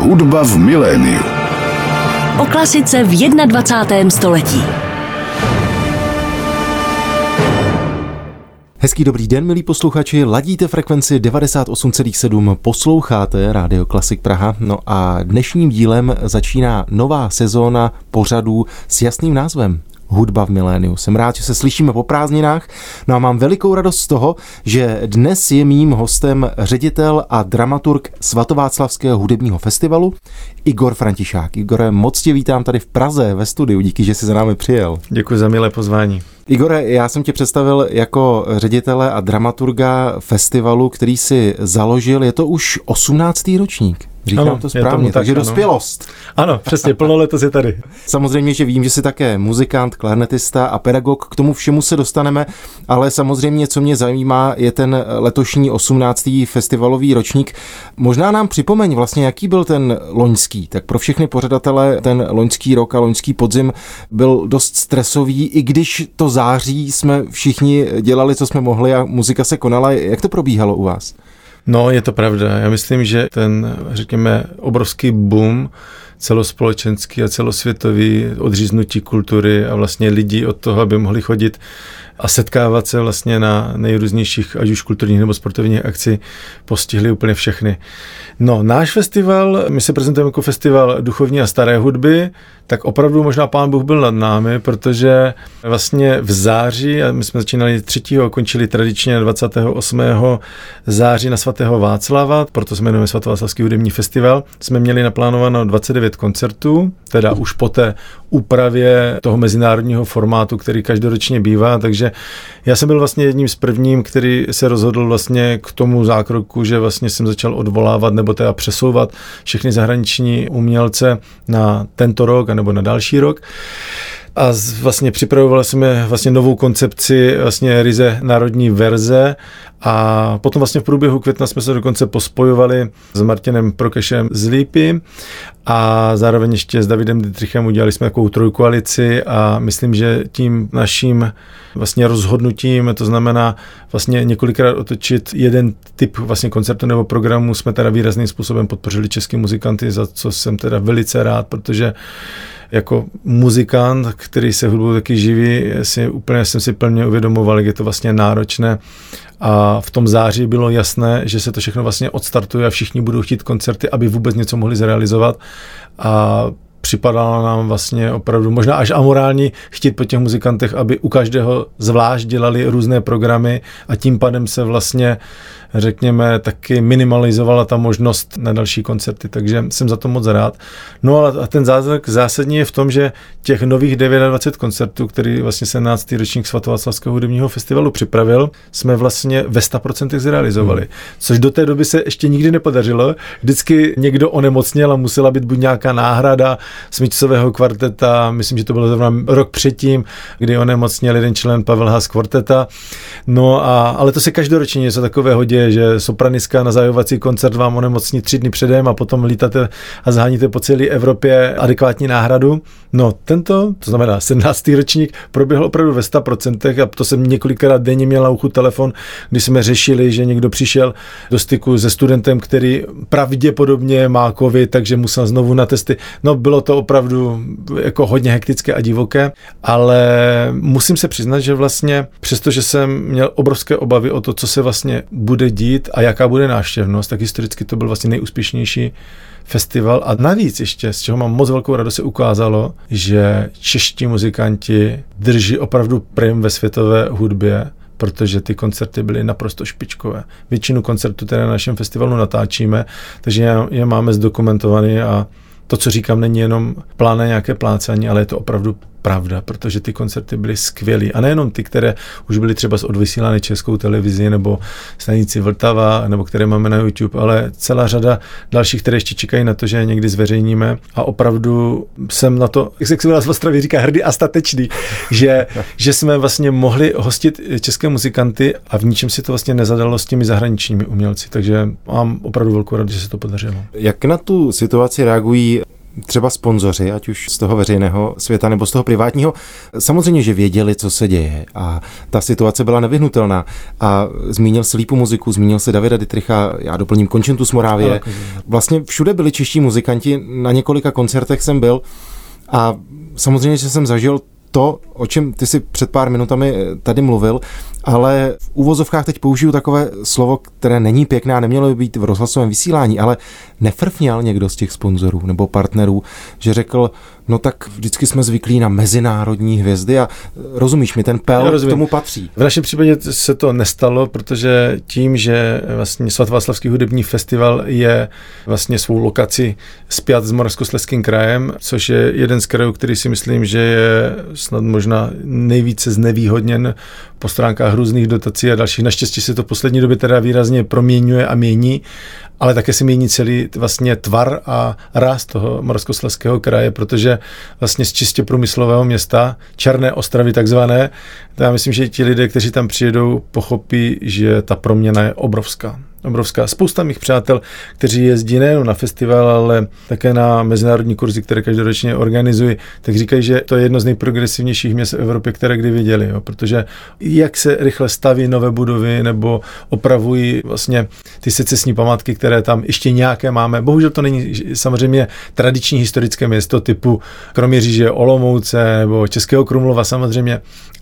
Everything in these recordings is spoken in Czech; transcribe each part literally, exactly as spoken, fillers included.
Hudba v miléniu. O klasice v dvacátém prvním století. Hezký dobrý den, milí posluchači, ladíte frekvenci devadesát osm celá sedm, posloucháte Rádio Klasik Praha, no a dnešním dílem začíná nová sezóna pořadů s jasným názvem Hudba v miléniu. Jsem rád, že se slyšíme po prázdninách, no a mám velikou radost z toho, že dnes je mým hostem ředitel a dramaturg Svatováclavského hudebního festivalu Igor Františák. Igore, moc tě vítám tady v Praze ve studiu, díky, že jsi za námi přijel. Děkuji za milé pozvání. Igore, já jsem tě představil jako ředitele a dramaturga festivalu, který si založil, je to už osmnáctý ročník. Říkám ano, to správně, tak, takže ano. Dospělost. Ano, přesně, plnoletost je tady. Samozřejmě, že vím, že jsi také muzikant, klarnetista a pedagog, k tomu všemu se dostaneme, ale samozřejmě, co mě zajímá, je ten letošní osmnáctý festivalový ročník. Možná nám připomeň vlastně, jaký byl ten loňský. Tak pro všechny pořadatele ten loňský rok a loňský podzim byl dost stresový, i když to září jsme všichni dělali, co jsme mohli a muzika se konala. Jak to probíhalo u vás? No, je to pravda. Já myslím, že ten, řekněme, obrovský boom celospolečenský a celosvětový odříznutí kultury a vlastně lidí od toho, aby mohli chodit a setkávat se vlastně na nejrůznějších, ať už kulturních nebo sportovních akcí, postihli úplně všechny. No, náš festival, my se prezentujeme jako festival duchovní a staré hudby, tak opravdu možná Pán Bůh byl nad námi, protože vlastně v září, a my jsme začínali třetího a končili tradičně dvacátého osmého září na svatého Václava, proto se jmenujeme Svatováclavský hudební festival, jsme měli naplánováno dvacet devět koncertů, teda už po té úpravě toho mezinárodního formátu, který každoročně bývá, takže já jsem byl vlastně jedním z prvním, který se rozhodl vlastně k tomu zákroku, že vlastně jsem začal odvolávat nebo teda přesouvat všechny zahraniční umělce na tento rok nebo na další rok. A vlastně připravovali jsme vlastně novou koncepci, vlastně ryze národní verze a potom vlastně v průběhu května jsme se dokonce pospojovali s Martinem Prokešem z Lípy a zároveň ještě s Davidem Dietrichem udělali jsme takovou trojkoalici a myslím, že tím naším vlastně rozhodnutím, to znamená vlastně několikrát otočit jeden typ vlastně koncertu nebo programu, jsme teda výrazným způsobem podpořili české muzikanty, za co jsem teda velice rád, protože jako muzikant, který se hudbou taky živí, si úplně jsem si plně uvědomoval, jak je to vlastně náročné a v tom září bylo jasné, že se to všechno vlastně odstartuje a všichni budou chtít koncerty, aby vůbec něco mohli zrealizovat a připadalo nám vlastně opravdu možná až amorální chtít po těch muzikantech, aby u každého zvlášť dělali různé programy a tím pádem se vlastně, řekněme, taky minimalizovala ta možnost na další koncerty, takže jsem za to moc rád. No ale ten zázrak zásadní je v tom, že těch nových dvacet devět koncertů, který vlastně sedmnáctý ročník Svatováclavského hudebního festivalu připravil, jsme vlastně ve sto procent zrealizovali, hmm. což do té doby se ještě nikdy nepodařilo. Vždycky někdo onemocněl a musela být buď nějaká náhrada smyčcového kvarteta, myslím, že to bylo zrovna rok předtím, kdy onemocněl jeden člen Pavel Haas kvarteta. No a, ale to se každoročně něco takového děje, že sopranistka na zahajovací koncert vám onemocní tři dny předem a potom lítáte a zháníte po celé Evropě adekvátní náhradu. No tento, to znamená sedmnáctý ročník, proběhl opravdu ve sto procent a to jsem několikrát denně měl na uchu telefon, když jsme řešili, že někdo přišel do styku se studentem, který pravděpodobně má covid, takže musel znovu na testy. No bylo to opravdu jako hodně hektické a divoké, ale musím se přiznat, že vlastně přestože jsem měl obrovské obavy o to, co se vlastně bude dít a jaká bude návštěvnost, tak historicky to byl vlastně nejúspěšnější festival a navíc ještě, z čeho mám moc velkou radost, se ukázalo, že čeští muzikanti drží opravdu prim ve světové hudbě, protože ty koncerty byly naprosto špičkové. Většinu koncertů které na našem festivalu natáčíme, takže je máme zdokumentovaný a to, co říkám, není jenom pláne nějaké plácání, ale je to opravdu pravda, protože ty koncerty byly skvělý. A nejenom ty, které už byly třeba odvysílány Českou televizi nebo stanici Vltava, nebo které máme na YouTube, ale celá řada dalších, které ještě čekají na to, že je někdy zveřejníme. A opravdu jsem na to, jak se vás v Ostravě říká, hrdý a statečný, že, že jsme vlastně mohli hostit české muzikanty a v ničem si to vlastně nezadalo s těmi zahraničními umělci. Takže mám opravdu velkou radost, že se to podařilo. Jak na tu situaci reagují třeba sponzoři, ať už z toho veřejného světa nebo z toho privátního, samozřejmě, že věděli, co se děje a ta situace byla nevyhnutelná. A zmínil se Lípu muziku, zmínil se Davida Dittricha, já doplním Končintu z Moravie. Vlastně všude byli čeští muzikanti, na několika koncertech jsem byl a samozřejmě, že jsem zažil to, o čem ty si před pár minutami tady mluvil, ale v úvozovkách teď použiju takové slovo, které není pěkné a nemělo by být v rozhlasovém vysílání, ale nefrfňal někdo z těch sponzorů nebo partnerů, že řekl, no tak vždycky jsme zvyklí na mezinárodní hvězdy a rozumíš mi, ten pel k tomu patří. V našem případě se to nestalo, protože tím, že vlastně Svatováclavský hudební festival je vlastně svou lokaci spjat s Moravskoslezským krajem, což je jeden z krajů, který si myslím, že je snad možná nejvíce znevýhodněn po stránkách různých dotací a dalších. Naštěstí se to v poslední době teda výrazně proměňuje a mění, ale také se mění celý vlastně tvar a ráz toho Moravskoslezského kraje, protože vlastně z čistě průmyslového města, Černé Ostravy takzvané, já myslím, že ti lidé, kteří tam přijedou, pochopí, že ta proměna je obrovská. Obrovská. Spousta mých přátel, kteří jezdí nejen na festival, ale také na mezinárodní kurzy, které každoročně organizují, tak říkají, že to je jedno z nejprogresivnějších měst v Evropě, které kdy viděli, jo? Protože jak se rychle staví nové budovy nebo opravují vlastně ty secesní památky, které tam ještě nějaké máme. Bohužel to není samozřejmě tradiční historické město typu Kroměříže, Olomouce nebo Českého Krumlova samozřejmě,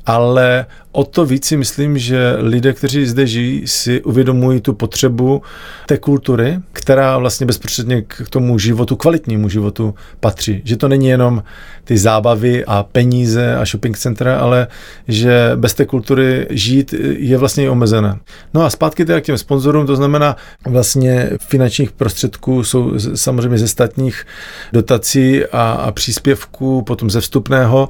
ale o to víc si myslím, že lidé, kteří zde žijí, si uvědomují tu potřebu té kultury, která vlastně bezprostředně k tomu životu, kvalitnímu životu patří. Že to není jenom ty zábavy a peníze a shopping centra, ale že bez té kultury žít je vlastně omezené. No a zpátky teda k těm sponzorům, to znamená vlastně finančních prostředků jsou samozřejmě ze státních dotací a, a příspěvků, potom ze vstupného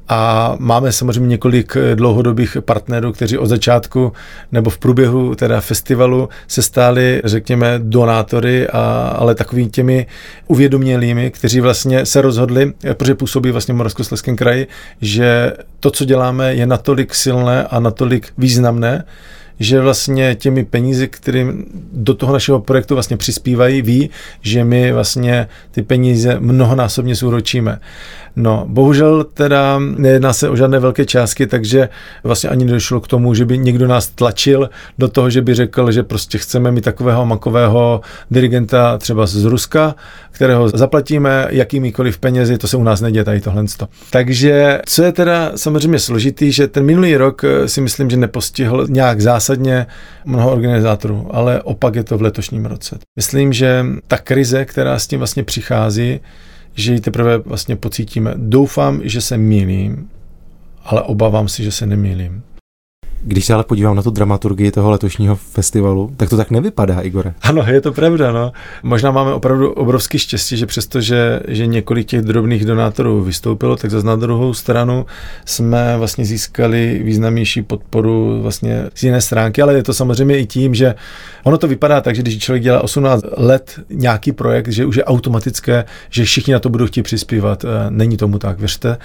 a máme samozřejmě několik dlouhodobých partnerů, kteří od začátku nebo v průběhu teda festivalu se stali, řekněme, donátory, a, ale takovými těmi uvědomělými, kteří vlastně se rozhodli, protože působí vlastně v Moravskoslezském kraji, že to, co děláme, je natolik silné a natolik významné, že vlastně těmi penízi, kterým do toho našeho projektu vlastně přispívají, ví, že my vlastně ty peníze mnohonásobně zúročíme. No, bohužel teda nejedná se o žádné velké částky, takže vlastně ani nedošlo k tomu, že by někdo nás tlačil do toho, že by řekl, že prostě chceme mít takového makového dirigenta třeba z Ruska, kterého zaplatíme jakýmikoliv penězi, to se u nás neděje tady tohle. Takže co je teda samozřejmě složitý, že ten minulý rok si myslím, že nepostihl nějak zásadně mnoho organizátorů, ale opak je to v letošním roce. Myslím, že ta krize, která s tím vlastně přichází, že ji teprve vlastně pocítíme. Doufám, že se mýlím, ale obávám si, že se nemýlím. Když se ale podívám na tu dramaturgii toho letošního festivalu, tak to tak nevypadá, Igore. Ano, je to pravda, no. Možná máme opravdu obrovský štěstí, že přestože, že několik těch drobných donátorů vystoupilo, tak zase na druhou stranu jsme vlastně získali významnější podporu vlastně z jiné stránky, ale je to samozřejmě i tím, že ono to vypadá tak, že když člověk dělá osmnáct let nějaký projekt, že už je automatické, že všichni na to budou chtít přispívat. Není tomu tak, věřte.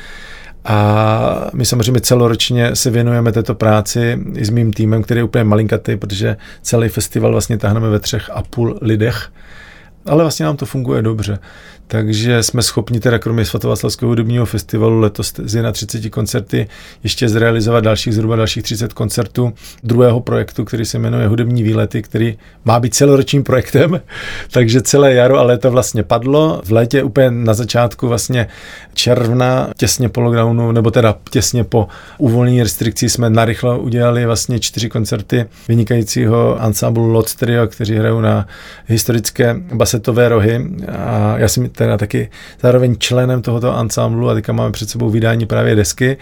A my samozřejmě celoročně se věnujeme této práci i s mým týmem, který je úplně malinkatý, protože celý festival vlastně táhneme ve třech a půl lidech, ale vlastně nám to funguje dobře. Takže jsme schopni teda kromě Svatováclavského hudebního festivalu letos z třicet jedna koncerty ještě zrealizovat dalších zhruba dalších třicet koncertů druhého projektu, který se jmenuje Hudební výlety, který má být celoročním projektem, takže celé jaro a léto vlastně padlo. V létě úplně na začátku vlastně června, těsně po lockdownu, nebo teda těsně po uvolnění restrikcí jsme narychlo udělali vlastně čtyři koncerty vynikajícího ansámblu Lots Trio, kteří hrajou na historické basetové rohy a já jsem teda taky zároveň členem tohoto ansámblu a teďka máme před sebou vydání právě desky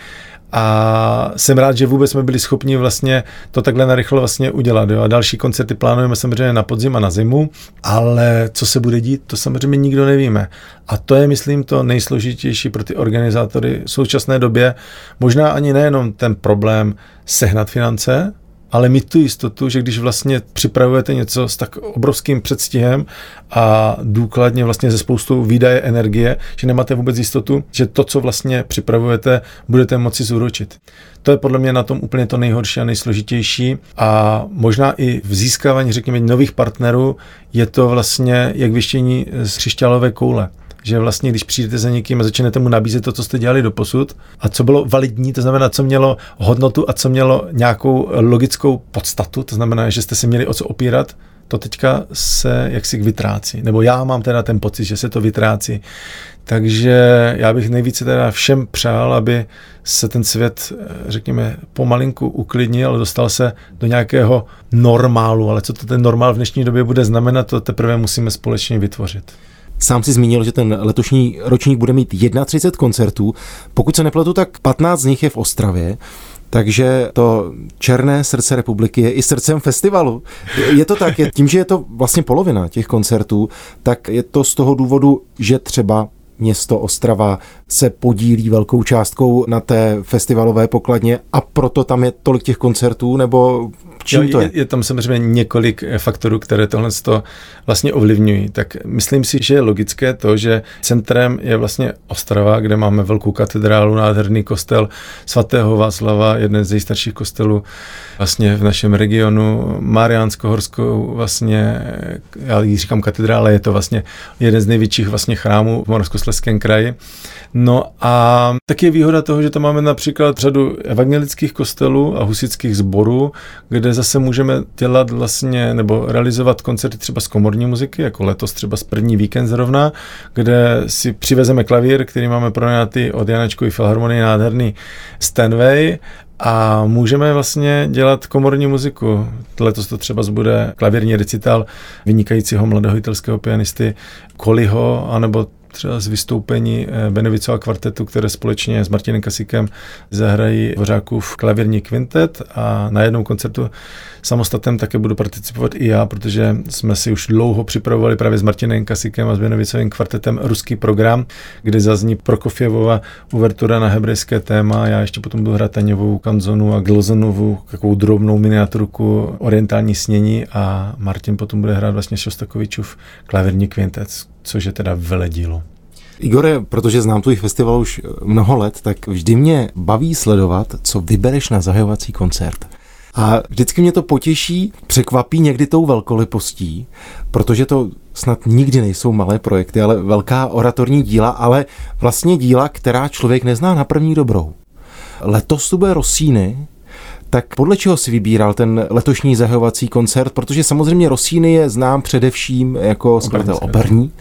a jsem rád, že vůbec jsme byli schopni vlastně to takhle narychlo vlastně udělat. Jo? A další koncerty plánujeme samozřejmě na podzim a na zimu, ale co se bude dít, to samozřejmě nikdo nevíme. A to je, myslím, to nejsložitější pro ty organizátory v současné době. Možná ani nejenom ten problém sehnat finance, ale mít tu jistotu, že když vlastně připravujete něco s tak obrovským předstihem a důkladně vlastně ze spoustou výdaje energie, že nemáte vůbec jistotu, že to, co vlastně připravujete, budete moci zúročit. To je podle mě na tom úplně to nejhorší a nejsložitější a možná i v získávání, řekněme, nových partnerů je to vlastně jak věštění z křišťálové koule. že vlastně, když přijdete za někým a začnete mu nabízet to, co jste dělali doposud a co bylo validní, to znamená, co mělo hodnotu a co mělo nějakou logickou podstatu, to znamená, že jste si měli o co opírat, to teďka se jaksi vytrácí. Nebo já mám teda ten pocit, že se to vytrácí. Takže já bych nejvíce teda všem přál, aby se ten svět, řekněme, pomalinku uklidnil, dostal se do nějakého normálu, ale co to ten normál v dnešní době bude znamenat, to teprve musíme společně vytvořit. Sám si zmínil, že ten letošní ročník bude mít třicet jedna koncertů. Pokud se nepletu, tak patnáct z nich je v Ostravě. Takže to černé srdce republiky je i srdcem festivalu. Je to tak, je, tím, že je to vlastně polovina těch koncertů, tak je to z toho důvodu, že třeba město Ostrava se podílí velkou částkou na té festivalové pokladně a proto tam je tolik těch koncertů, nebo čím jo, to je? je? Je tam samozřejmě několik faktorů, které tohle vlastně ovlivňují. Tak myslím si, že je logické to, že centrem je vlastně Ostrava, kde máme velkou katedrálu, nádherný kostel svatého Václava, jeden z nejstarších kostelů vlastně v našem regionu, Mariánsko-Horskou vlastně, já jí říkám katedrále, je to vlastně jeden z největších vlastně chrámů v Moravskoslezském kraji. No a tak je výhoda toho, že tam máme například řadu evangelických kostelů a husitských sborů, kde zase můžeme dělat vlastně nebo realizovat koncerty třeba z komorní muziky, jako letos třeba z první víkend zrovna, kde si přivezeme klavír, který máme pronajatý od Janačkovy filharmonie, nádherný Stanway, a můžeme vlastně dělat komorní muziku. Letos to třeba bude klavírní recital vynikajícího mladého italského pianisty Colliho, anebo třeba z vystoupení Benevicova kvartetu, které společně s Martinem Kasíkem zahrají Dvořákův klavírní kvintet, a na jednom koncertu samostatném také budu participovat i já, protože jsme si už dlouho připravovali právě s Martinem Kasíkem a s Benevicovým kvartetem ruský program, kde zazní Prokofjevova uvertura na hebrejské téma. Já ještě potom budu hrát Taňovou kanzonu a Glozenovu takovou drobnou miniaturku Orientální snění, a Martin potom bude hrát vlastně Šostakovičův klavírní kvintet, což je teda veledílo. Igore, protože znám tvůj festival už mnoho let, tak vždy mě baví sledovat, co vybereš na zahajovací koncert. A vždycky mě to potěší, překvapí někdy tou velkolipostí, protože to snad nikdy nejsou malé projekty, ale velká oratorní díla, ale vlastně díla, která člověk nezná na první dobrou. Letos tu bude Rossini. Tak podle čeho si vybíral ten letošní zahajovací koncert? Protože samozřejmě Rossini je znám především jako skladatel operní,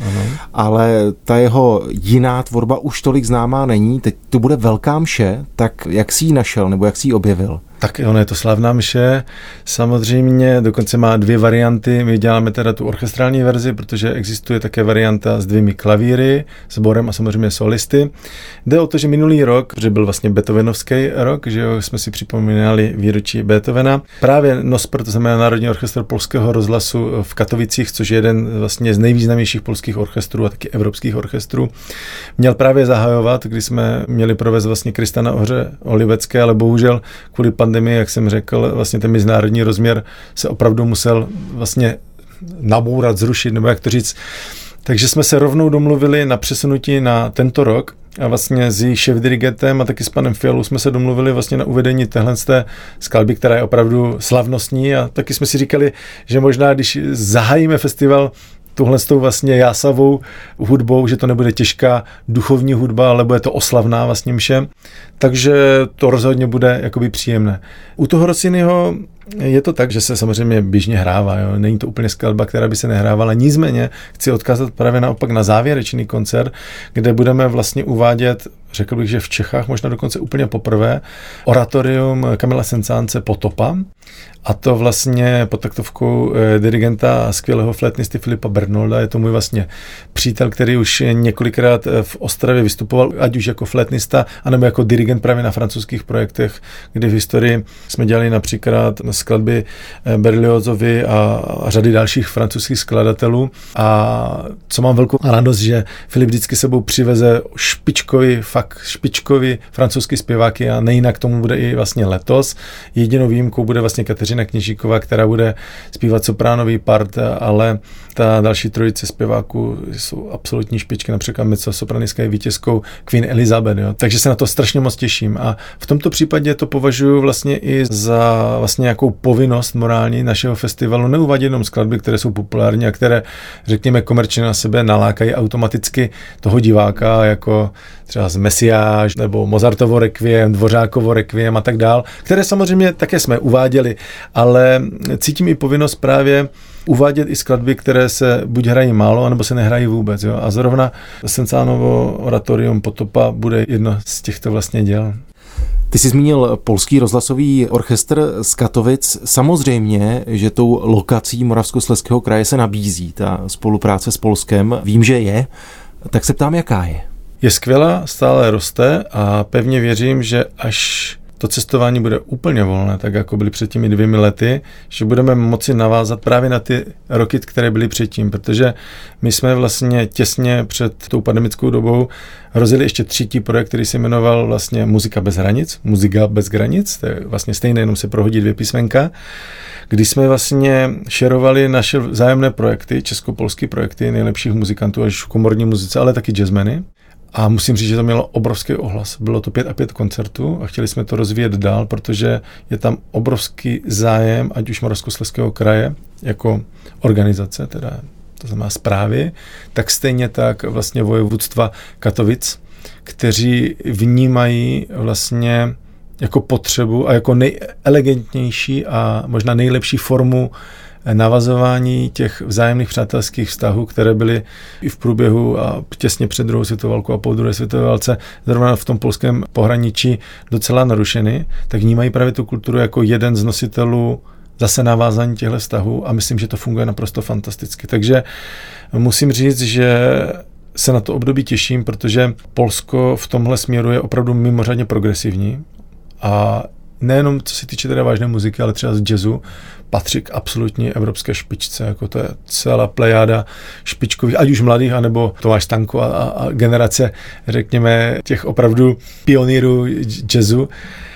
ale ta jeho jiná tvorba už tolik známá není. Teď tu bude Velká mše, tak jak jsi ji našel nebo jak jsi ji objevil? Tak ono je to slavná mše, samozřejmě dokonce má dvě varianty, my děláme teda tu orchestrální verzi, protože existuje také varianta s dvěmi klavíry, sborem a samozřejmě solisty. Jde o to, že minulý rok, protože byl vlastně beethovenovský rok, že jo, jsme si připomínali výročí Beethovena, právě Nosper, to znamená Národní orchestr Polského rozhlasu v Katovicích, což je jeden vlastně z nejvýznamnějších polských orchestrů a taky evropských orchestrů, měl právě zahajovat, kdy jsme měli provést vlastně Krista na Ohře Olivecké, ale bohužel kvůli pandemii, jak jsem řekl, vlastně ten mezinárodní rozměr se opravdu musel vlastně nabourat, zrušit, nebo jak to říct. Takže jsme se rovnou domluvili na přesunutí na tento rok a vlastně s jejich šéfdirigentem a taky s panem Fialou jsme se domluvili vlastně na uvedení téhle skladby, která je opravdu slavnostní, a taky jsme si říkali, že možná, když zahájíme festival tuhle s tou vlastně jásavou hudbou, že to nebude těžká duchovní hudba, ale bude to oslavná vlastně mše. Takže to rozhodně bude jakoby příjemné. U toho Rossiniho je to tak, že se samozřejmě běžně hrává. Jo. Není to úplně skladba, která by se nehrávala. Nicméně chci odkázat právě naopak na závěrečný koncert, kde budeme vlastně uvádět, řekl bych, že v Čechách možná dokonce úplně poprvé, oratorium Kamila Sensance Potopa. A to vlastně pod taktovkou dirigenta a skvělého flétnisty Filipa Bernolda. Je to můj vlastně přítel, který už několikrát v Ostravě vystupoval, ať už jako flétnista, anebo jako dirigent právě na francouzských projektech, kdy v historii jsme dělali například skladby Berliozovi a, a řady dalších francouzských skladatelů. A co mám velkou radost, že Filip vždycky sebou přiveze špičkový, fakt špičkový francouzský zpěváky, a nejinak tomu bude i vlastně letos. Jedinou výjimkou bude vlastně vlastně Kateřina Kněžíková, která bude zpívat sopránový part, ale ta další trojice zpěváků jsou absolutní špičky, například mezzosopranistka je vítězkou Queen Elizabeth, jo. Takže se na to strašně moc těším a v tomto případě to považuji vlastně i za vlastně nějakou povinnost morální našeho festivalu neuvádět jenom skladby, které jsou populární a které, řekněme, komerčně na sebe nalákají automaticky toho diváka, jako třeba z Messiáš nebo Mozartovo Requiem, Dvořákovo Requiem a tak dál, které samozřejmě také jsme uváděli, ale cítím i povinnost právě uvádět i skladby, které se buď hrají málo, anebo se nehrají vůbec. Jo? A zrovna Sencánovo oratorium Potopa bude jedno z těchto vlastně děl. Ty jsi zmínil Polský rozhlasový orchestr z Katovic. Samozřejmě, že tou lokací Moravskoslezského kraje se nabízí ta spolupráce s Polskem. Vím, že je, tak se ptám, jaká je. Je skvělá, stále roste a pevně věřím, že až to cestování bude úplně volné, tak jako byly před těmi dvěmi lety, že budeme moci navázat právě na ty roky, které byly předtím, protože my jsme vlastně těsně před tou pandemickou dobou rozjeli ještě třetí projekt, který se jmenoval vlastně Muzika bez hranic, Muzika bez hranic, to je vlastně stejné, jenom se prohodí dvě písmenka, kdy jsme vlastně šerovali naše vzájemné projekty, česko-polské projekty nejlepších muzikantů až v komorní muzice, ale taky jazzmeny. A musím říct, že to mělo obrovský ohlas. Bylo to pět a pět koncertů a chtěli jsme to rozvíjet dál, protože je tam obrovský zájem, ať už Moravskoslezského kraje, jako organizace, teda to znamená správy, tak stejně tak vlastně vojvodstva Katovic, kteří vnímají vlastně jako potřebu a jako nejelegantnější a možná nejlepší formu navazování těch vzájemných přátelských vztahů, které byly i v průběhu a těsně před druhou světovou válkou a po druhé světové válce zrovna v tom polském pohraničí docela narušeny, tak vnímají právě tu kulturu jako jeden z nositelů zase navázání těchto vztahů a myslím, že to funguje naprosto fantasticky. Takže musím říct, že se na to období těším, protože Polsko v tomhle směru je opravdu mimořádně progresivní a nejenom co se týče teda vážné muziky, ale třeba z jazzu patří k absolutní evropské špičce, jako to je celá plejáda špičkových, ať už mladých, anebo Tomáš Stanko a, a, a generace, řekněme, těch opravdu pionýrů jazzu.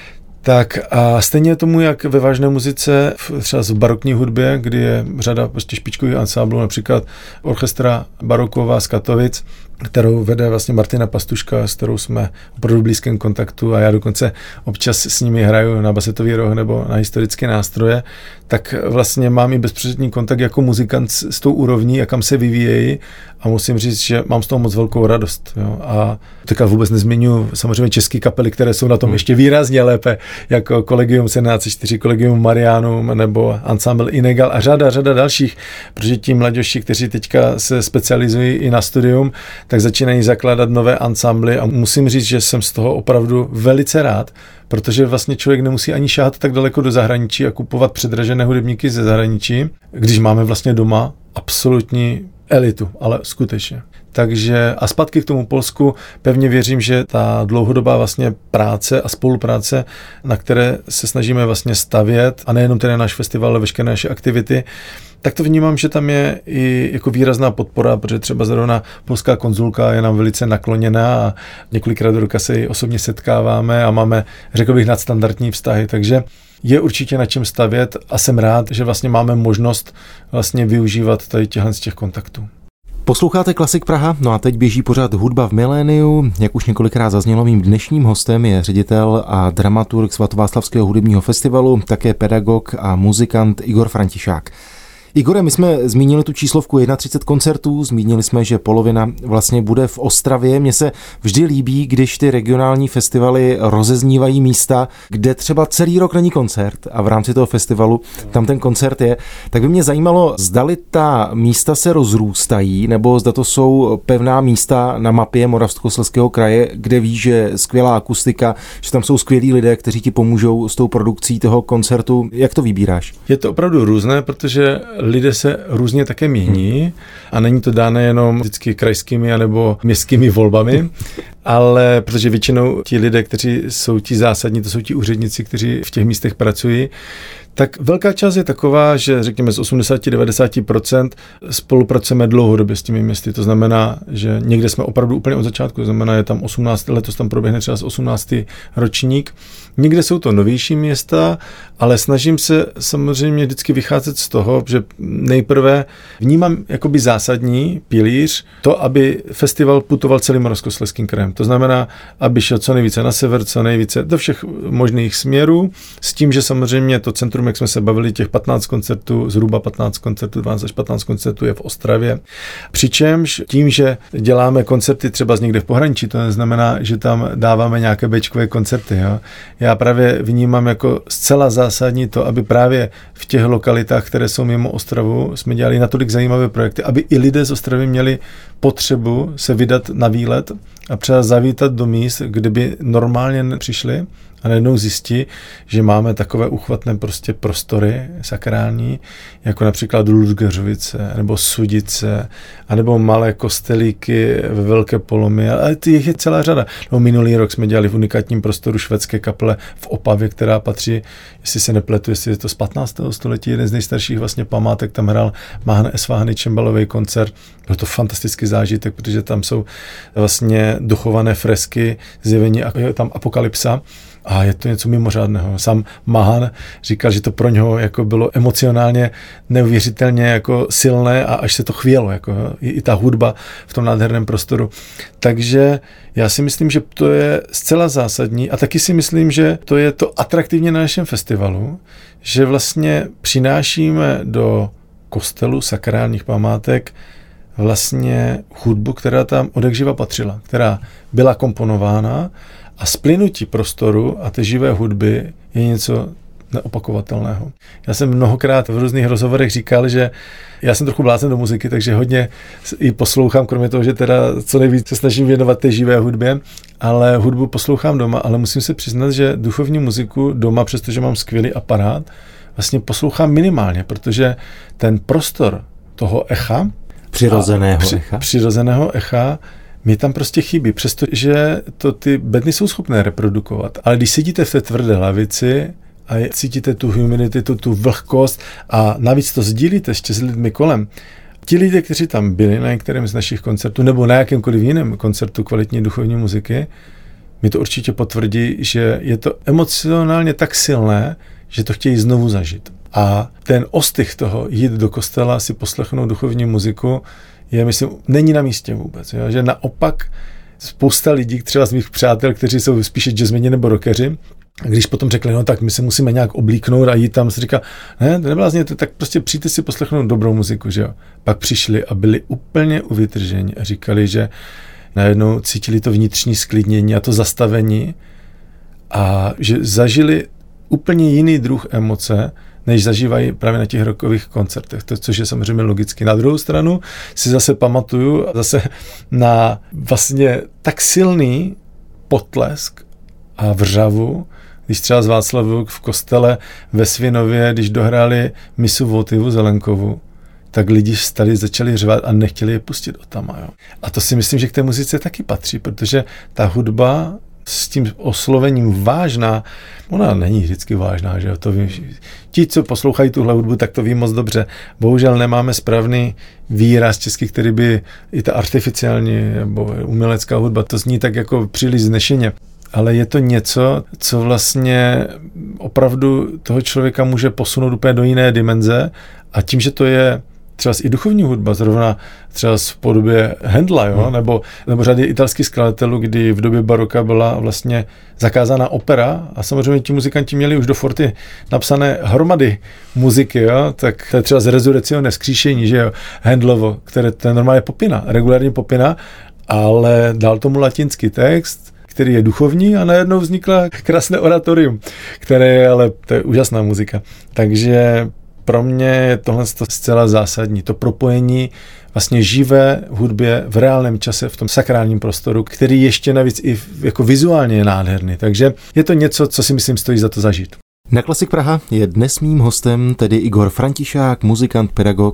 Tak a stejně tomu, jak ve vážné muzice, třeba v barokní hudbě, kdy je řada prostě špičkových ansáblů, například orchestra baroková z Katovic, kterou vede vlastně Martina Pastuška, s kterou jsme opravdu v blízkém kontaktu a já dokonce občas s nimi hraju na basetový roh nebo na historické nástroje, tak vlastně mám i bezprostřední kontakt jako muzikant s tou úrovní a kam se vyvíjejí a musím říct, že mám z toho moc velkou radost. Jo. A teďka vůbec nezmiňuji samozřejmě české kapely, které jsou na tom hmm. ještě výrazně lépe, jako Collegium sedmnáct set čtyři, Collegium Marianum nebo Ensemble Inegal a řada, řada dalších, protože ti mladější, kteří teďka se specializují i na studium, tak začínají zakládat nové ansambly a musím říct, že jsem z toho opravdu velice rád, protože vlastně člověk nemusí ani šáhat tak daleko do zahraničí a kupovat předražené hudebníky ze zahraničí, když máme vlastně doma absolutní elitu, ale skutečně. Takže a zpátky k tomu Polsku, pevně věřím, že ta dlouhodobá vlastně práce a spolupráce, na které se snažíme vlastně stavět, a nejenom ten náš festival, ale veškeré naše aktivity, tak to vnímám, že tam je i jako výrazná podpora, protože třeba zrovna polská konzulka je nám velice nakloněná a několikrát do roka se ji osobně setkáváme a máme, řekl bych, nadstandardní vztahy, takže je určitě na čem stavět a jsem rád, že vlastně máme možnost vlastně využívat tady těchto z těch kontaktů. Posloucháte Klasik Praha, no a teď běží pořad Hudba v miléniu. Jak už několikrát zaznělo, mým dnešním hostem je ředitel a dramaturg Svatováclavského hudebního festivalu, také pedagog a muzikant Igor Františák. Igore, my jsme zmínili tu číslovku třicet jedna koncertů, zmínili jsme, že polovina vlastně bude v Ostravě. Mně se vždy líbí, když ty regionální festivaly rozeznívají místa, kde třeba celý rok není koncert a v rámci toho festivalu tam ten koncert je. Tak by mě zajímalo, zdali ta místa se rozrůstají, nebo zda to jsou pevná místa na mapě Moravskoslezského kraje, kde víš, že skvělá akustika, že tam jsou skvělí lidé, kteří ti pomůžou s tou produkcí toho koncertu. Jak to vybíráš? Je to opravdu různé, protože lidé se různě také mění a není to dáno jenom vždycky krajskými anebo městskými volbami, ale protože většinou ti lidé, kteří jsou ti zásadní, to jsou ti úředníci, kteří v těch místech pracují, tak velká část je taková, že řekněme z osmdesát až devadesát procent spolupracujeme dlouhodobě s těmi městy. To znamená, že někde jsme opravdu úplně od začátku, to znamená, je tam osmnáct, letos tam proběhne třeba z osmnáctý ročník. Někde jsou to novější města, ale snažím se samozřejmě vždycky vycházet z toho, že nejprve vnímám jakoby zásadní pilíř to, aby festival putoval celým Moravskoslezským krajem. To znamená, aby šel co nejvíce na sever, co nejvíce do všech možných směrů, s tím, že samozřejmě to centrum, jak jsme se bavili, těch patnáct koncertů, zhruba patnáct koncertů, dvanáct až patnáct koncertů je v Ostravě. Přičemž tím, že děláme koncerty třeba z někde v pohraničí, to neznamená, že tam dáváme nějaké béčkové koncerty. Jo. Já právě vnímám jako zcela zásadní to, aby právě v těch lokalitách, které jsou mimo Ostravu, jsme dělali natolik zajímavé projekty, aby i lidé z Ostravy měli potřebu se vydat na výlet a třeba zavítat do míst, kde by normálně nepřišli, a najednou zjistí, že máme takové uchvatné prostě prostory sakrální, jako například Ludgeřovice, nebo Sudice, anebo malé kostelíky ve Velké Polomy, ale těch je celá řada. No, minulý rok jsme dělali v unikátním prostoru švédské kaple v Opavě, která patří, jestli se nepletu, jestli je to z patnáctého století, jeden z nejstarších vlastně památek, tam hrál Mahan Esfahany čembalový koncert. Byl to fantastický zážitek, protože tam jsou vlastně dochované fresky, zjevení, je tam apokalypsa. A je to něco mimořádného. Sám Mahan říkal, že to pro něho jako bylo emocionálně neuvěřitelně jako silné a až se to chvělo, jako i, i ta hudba v tom nádherném prostoru. Takže já si myslím, že to je zcela zásadní a taky si myslím, že to je to atraktivně na našem festivalu, že vlastně přinášíme do kostelu sakrálních památek vlastně hudbu, která tam odekživa patřila, která byla komponována. A splynutí prostoru a té živé hudby je něco neopakovatelného. Já jsem mnohokrát v různých rozhovorech říkal, že já jsem trochu blázen do muziky, takže hodně i poslouchám, kromě toho, že teda co nejvíc se snažím věnovat té živé hudbě, ale hudbu poslouchám doma, ale musím se přiznat, že duchovní muziku doma, přestože mám skvělý aparát, vlastně poslouchám minimálně, protože ten prostor toho echa, přirozeného při, echa, přirozeného echa mi tam prostě chybí, přestože to ty bedny jsou schopné reprodukovat. Ale když sedíte v té tvrdé lavici a cítíte tu humidity, tu, tu vlhkost a navíc to sdílíte ještě s lidmi kolem, ti lidé, kteří tam byli na některém z našich koncertů nebo na jakémkoliv jiném koncertu kvalitní duchovní muziky, mi to určitě potvrdí, že je to emocionálně tak silné, že to chtějí znovu zažít. A ten ostych toho jít do kostela, si poslechnout duchovní muziku, je, myslím, není na místě vůbec. Jo? Že naopak spousta lidí, třeba z mých přátel, kteří jsou spíše jazzmeni nebo rockeři, když potom řekli, no tak my se musíme nějak oblíknout a jít tam, se říká, ne, neblázněte, tak prostě přijďte si poslechnout dobrou muziku, že jo. Pak přišli a byli úplně uvytrženi a říkali, že najednou cítili to vnitřní sklidnění a to zastavení a že zažili úplně jiný druh emoce, než zažívají právě na těch rockových koncertech, to, což je samozřejmě logicky. Na druhou stranu si zase pamatuju zase na vlastně tak silný potlesk a vřavu, když třeba z Václavu v kostele ve Svinově, když dohráli misu votivu Zelenkovu, tak lidi vstali, začali řvat a nechtěli je pustit od tam. Jo. A to si myslím, že k té muzice taky patří, protože ta hudba s tím oslovením vážná, ona není vždycky vážná, že jo, to ví. Ti, co poslouchají tuhle hudbu, tak to ví moc dobře. Bohužel nemáme správný výraz český, který by i ta artificiální nebo umělecká hudba, to zní tak jako příliš znešeně. Ale je to něco, co vlastně opravdu toho člověka může posunout úplně do jiné dimenze a tím, že to je třeba i duchovní hudba, zrovna třeba v podobě Handla, jo? Hmm. Nebo, nebo řady italských skladatelů, kdy v době baroka byla vlastně zakázána opera a samozřejmě ti muzikanti měli už do forty napsané hromady muziky, jo? Tak to je třeba z Resurrezione, vzkříšení, že jo, Handlovo, které to je normálně popina, regulární popina, ale dal tomu latinský text, který je duchovní a najednou vznikla krásné oratorium, které je, ale to je úžasná muzika. Takže pro mě je tohle zcela zásadní. To propojení vlastně živé hudbě v reálném čase v tom sakrálním prostoru, který ještě navíc i jako vizuálně je nádherný. Takže je to něco, co si myslím stojí za to zažít. Na Klasik Praha je dnes mým hostem tedy Igor Františák, muzikant, pedagog, no a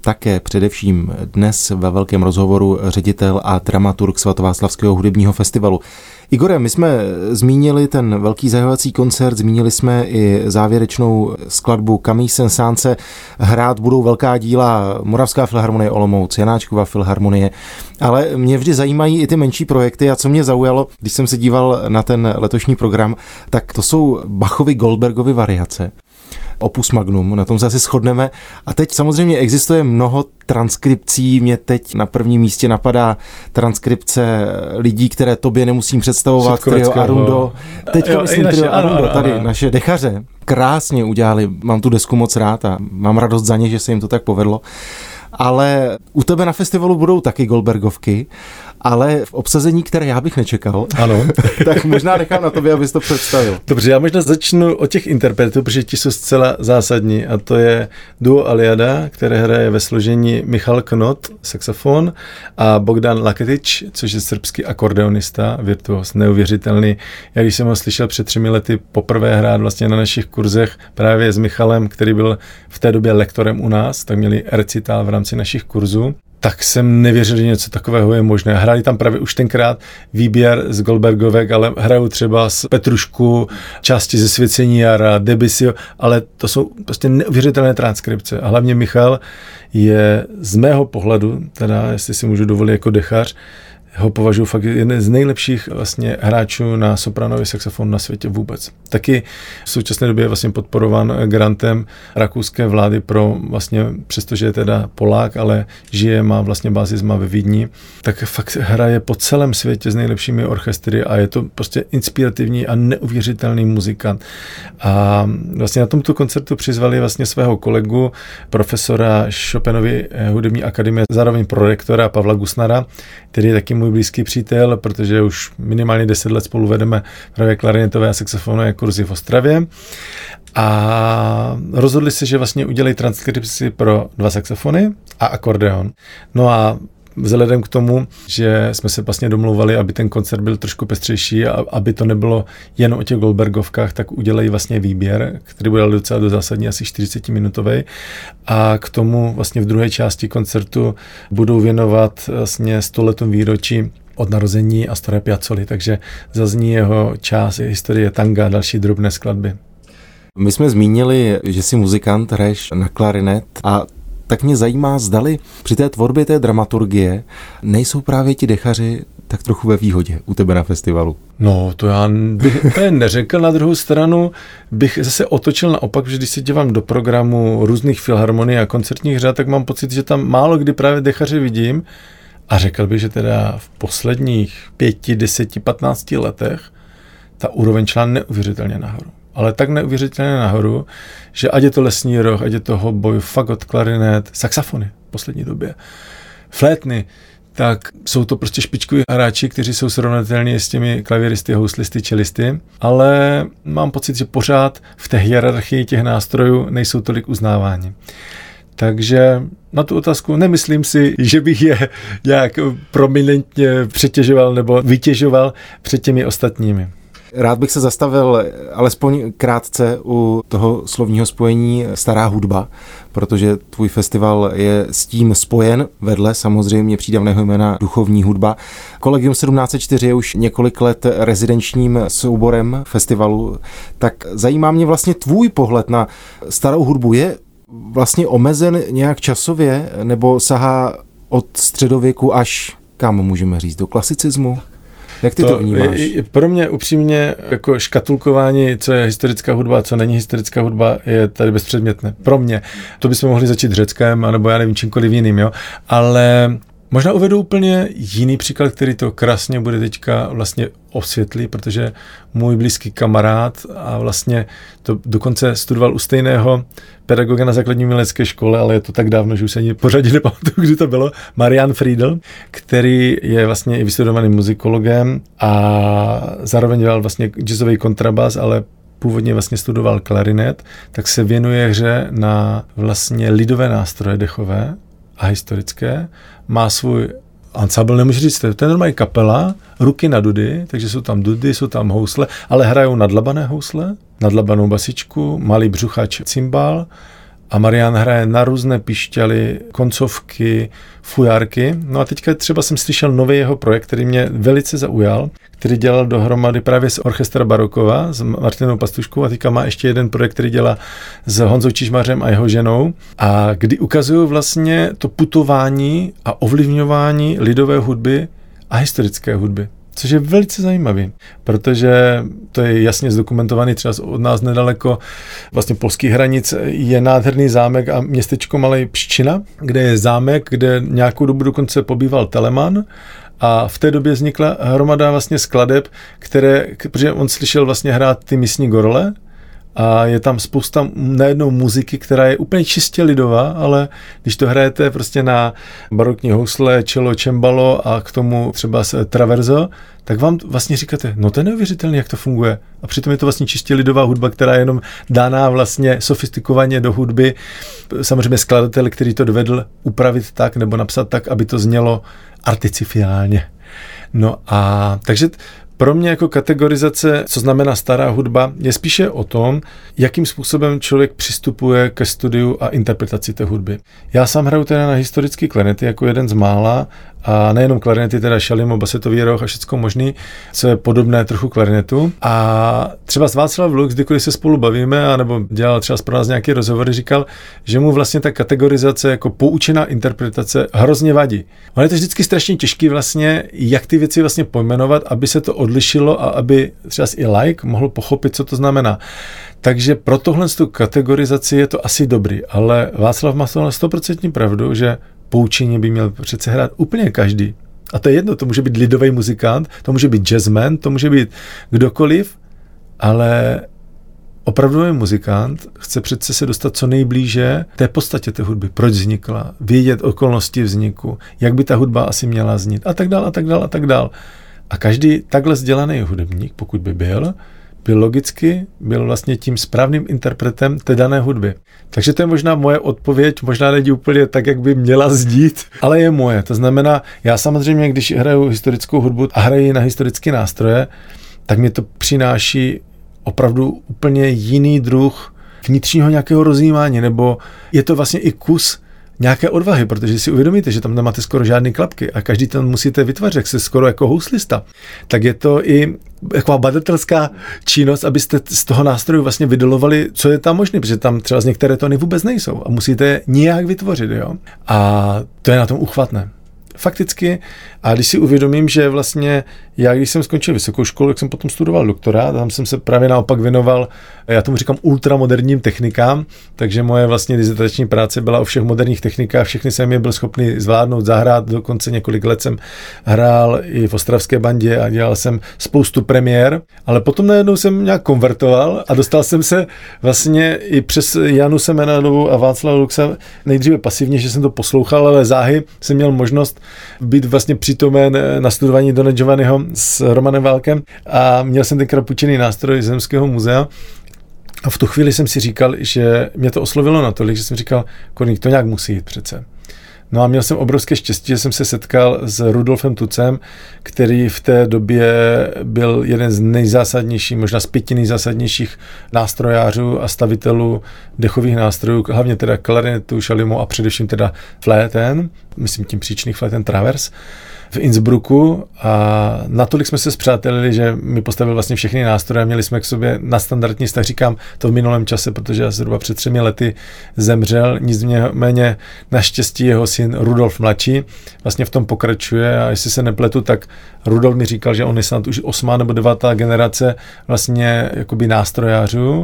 také především dnes ve velkém rozhovoru ředitel a dramaturg Svatováclavského hudebního festivalu. Igore, my jsme zmínili ten velký zahajovací koncert, zmínili jsme i závěrečnou skladbu Camille Saint-Saëns. Hrát budou velká díla Moravská filharmonie Olomouc, Janáčkova filharmonie, ale mě vždy zajímají i ty menší projekty a co mě zaujalo, když jsem se díval na ten letošní program, tak to jsou Bachovy Goldbergovy variace. Opus Magnum, na tom se asi shodneme. A teď samozřejmě existuje mnoho transkripcí, mě teď na prvním místě napadá transkripce lidí, které tobě nemusím představovat, trio Arundo. Teďka myslím trio Arundo, tady naše dechaře. Krásně udělali, mám tu desku moc rád a mám radost za ně, že se jim to tak povedlo. Ale u tebe na festivalu budou taky Goldbergovky, ale v obsazení, které já bych nečekal, ano. Tak možná nechám na tobě, abys to představil. Dobře, já možná začnu od těch interpretů, protože ti jsou zcela zásadní a to je duo Aliada, které hraje ve složení Michal Knot, saxofon a Bogdan Laketič, což je srbský akordeonista, virtuos, neuvěřitelný. Já když jsem ho slyšel před třemi lety poprvé hrát vlastně na našich kurzech právě s Michalem, který byl v té době lektorem u nás, tak měli recitál v rámci našich kurzů, tak jsem nevěřil, že něco takového je možné. Hráli tam právě už tenkrát výběr z Goldbergovek, ale hrajou třeba z Petrušku, části ze Svěcení jara, Debussy, ale to jsou prostě neuvěřitelné transkripce. A hlavně Michal je z mého pohledu, teda jestli si můžu dovolit jako dechař, ho považuji fakt jeden z nejlepších vlastně hráčů na sopranový saxofon na světě vůbec. Taky v současné době je vlastně podporován grantem rakouské vlády pro vlastně, přestože je teda Polák, ale žije, má vlastně bázis, má ve Vídni, tak fakt hraje po celém světě s nejlepšími orchestry a je to prostě inspirativní a neuvěřitelný muzikant. A vlastně na tomto koncertu přizvali vlastně svého kolegu, profesora Chopinovy hudební akademie, zároveň prorektora Pavla Gusnara, který je taky můj blízký přítel, protože už minimálně deset let spolu vedeme právě klarinetové a saxofonové kurzy v Ostravě. A rozhodli se, že vlastně udělají transkripci pro dva saxofony a akordeon. No a vzhledem k tomu, že jsme se vlastně domlouvali, aby ten koncert byl trošku pestřejší a aby to nebylo jen o těch Goldbergovkách, tak udělají vlastně výběr, který bude docela do zásadní, asi čtyřicetiminutový. A k tomu vlastně v druhé části koncertu budou věnovat vlastně stoletém výročí od narození Astora Piazzoli, takže zazní jeho část historie tanga a další drobné skladby. My jsme zmínili, že jsi muzikant, hraješ na klarinet a tak mě zajímá, zdali při té tvorbě té dramaturgie nejsou právě ti dechaři tak trochu ve výhodě u tebe na festivalu. No, to já bych neřekl. Na druhou stranu bych zase otočil naopak, že když se dívám do programu různých filharmonií a koncertních řad, tak mám pocit, že tam málo kdy právě dechaři vidím a řekl bych, že teda v posledních pěti, deseti, patnácti letech ta úroveň šla neuvěřitelně nahoru. Ale tak neuvěřitelně nahoru, že ať je to lesní roh, ať je to hoboj, fagot, klarinet, saxofony v poslední době, flétny, tak jsou to prostě špičkoví hráči, kteří jsou srovnatelní s těmi klavíristy, houslisty, čelisty, ale mám pocit, že pořád v té hierarchii těch nástrojů nejsou tolik uznáváni. Takže na tu otázku nemyslím si, že bych je nějak prominentně přetěžoval nebo vytěžoval před těmi ostatními. Rád bych se zastavil alespoň krátce u toho slovního spojení stará hudba, protože tvůj festival je s tím spojen vedle samozřejmě přídavného jména duchovní hudba. Collegium sedmnáct set čtyři je už několik let rezidenčním souborem festivalu, tak zajímá mě vlastně tvůj pohled na starou hudbu. Je vlastně omezen nějak časově nebo sahá od středověku až kam můžeme říct, do klasicismu? Jak ty to, to vnímáš? Pro mě upřímně jako škatulkování, co je historická hudba a co není historická hudba, je tady bezpředmětné. Pro mě. To bychom mohli začít Řeckem, anebo já nevím čímkoliv jiným, jo. Ale možná uvedu úplně jiný příklad, který to krásně bude teďka vlastně osvětlí, protože můj blízký kamarád a vlastně to dokonce studoval u stejného pedagoga na základní umělecké škole, ale je to tak dávno, že už se ani pořadě nepamatuju, kdy to bylo, Marian Friedl, který je vlastně i vystudovaným muzikologem a zároveň dělal vlastně jazzový kontrabas, ale původně vlastně studoval klarinet, tak se věnuje hře na vlastně lidové nástroje dechové a historické. Má svůj ansábl, nemůžu říct, to je normální kapela, ruky na dudy, takže jsou tam dudy, jsou tam housle, ale hrajou nadlabané housle, nadlabanou basičku, malý břuchač, cymbal a Marian hraje na různé pišťaly, koncovky, fujárky. No a teďka třeba jsem slyšel nový jeho projekt, který mě velice zaujal, který dělal dohromady právě s Orchestra Barokova, s Martinou Pastuškou a teďka má ještě jeden projekt, který dělá s Honzou Čižmařem a jeho ženou a kdy ukazují vlastně to putování a ovlivňování lidové hudby a historické hudby. Což je velice zajímavý, protože to je jasně zdokumentovaný třeba od nás nedaleko vlastně polských hranic je nádherný zámek a městečko Malej Pščina, kde je zámek, kde nějakou dobu dokonce pobýval Telemann a v té době vznikla hromada vlastně skladeb, které, protože on slyšel vlastně hrát ty místní gorle, a je tam spousta najednou muziky, která je úplně čistě lidová, ale když to hrajete prostě na barokní housle, cello, cembalo a k tomu třeba traverzo, tak vám vlastně říkáte, no to je neuvěřitelné, jak to funguje. A přitom je to vlastně čistě lidová hudba, která je jenom daná vlastně sofistikovaně do hudby. Samozřejmě skladatel, který to dovedl upravit tak nebo napsat tak, aby to znělo articifiálně. No a takže pro mě jako kategorizace, co znamená stará hudba, je spíše o tom, jakým způsobem člověk přistupuje ke studiu a interpretaci té hudby. Já sám hraju teda na historické klarnety jako jeden z mála a nejenom klarnety, teda šalimo, basetový roh a všecko možný, co je podobné trochu klarinetu. A třeba s Václav Lux, kdykoliv se spolu bavíme, anebo dělal třeba pro nás nějaký rozhovory, říkal, že mu vlastně ta kategorizace jako poučená interpretace hrozně vadí. Ale je to vždycky strašně těžký vlastně, jak ty věci vlastně pojmenovat, aby se to odlišilo a aby třeba i like mohl pochopit, co to znamená. Takže pro tohle tu kategorizaci je to asi dobrý, ale Václav má tohle stoprocentní pravdu, že poučení by měl přece hrát úplně každý. A to je jedno, to může být lidový muzikant, to může být jazzman, to může být kdokoliv, ale opravdový muzikant chce přece se dostat co nejblíže té podstatě té hudby, proč vznikla, vědět okolnosti vzniku, jak by ta hudba asi měla znít a tak dál a tak dál a tak dál. A každý takhle vzdělaný hudebník, pokud by byl, byl logicky, byl vlastně tím správným interpretem té dané hudby. Takže to je možná moje odpověď, možná není úplně tak, jak by měla zdít, ale je moje. To znamená, já samozřejmě, když hraju historickou hudbu a hraju na historické nástroje, tak mě to přináší opravdu úplně jiný druh vnitřního nějakého rozjímání, nebo je to vlastně i kus nějaké odvahy, protože si uvědomíte, že tam nemáte skoro žádné klapky a každý tam musíte vytvářet, jak se skoro jako houslista. Tak je to i taková badatelská činnost, abyste z toho nástroju vlastně vydolovali, co je tam možné, protože tam třeba z některé tóny vůbec nejsou a musíte je nějak vytvořit, jo. A to je na tom uchvatné. Fakticky, a když si uvědomím, že vlastně já, když jsem skončil vysokou školu, jak jsem potom studoval doktorát, tam jsem se právě naopak věnoval, já tomu říkám ultramoderním technikám, takže moje vlastně dizertační práce byla o všech moderních technikách, všechny jsem je byl schopný zvládnout, zahrát, dokonce několik let jsem hrál i v ostravské bandě a dělal jsem spoustu premiér, ale potom najednou jsem nějak konvertoval a dostal jsem se vlastně i přes Janu Semenanovou a Václava Luxa nejdříve pasivně, že jsem to poslouchal, ale záhy jsem měl možnost být vlastně přítomen na studování Dona Giovanniho s Romanem Válkem a měl jsem tenkrát půjčený nástroj z Zemského muzea a v tu chvíli jsem si říkal, že mě to oslovilo natolik, že jsem říkal, Korník, to nějak musí jít přece. No a měl jsem obrovské štěstí, že jsem se setkal s Rudolfem Tucem, který v té době byl jeden z nejzásadnějších, možná z pěti nejzásadnějších nástrojářů a stavitelů dechových nástrojů, hlavně teda klarinetu, šalimu a především teda fléten, myslím tím příčných fléten Travers, v Innsbrucku a natolik jsme se spřátelili, že mi postavil vlastně všechny nástroje a měli jsme k sobě na standardní vztah, říkám to v minulém čase, protože já zhruba před třemi lety zemřel, nicméně naštěstí jeho syn Rudolf mladší vlastně v tom pokračuje a jestli se nepletu, tak Rudolf mi říkal, že on je snad už osmá nebo devátá generace vlastně jakoby nástrojářů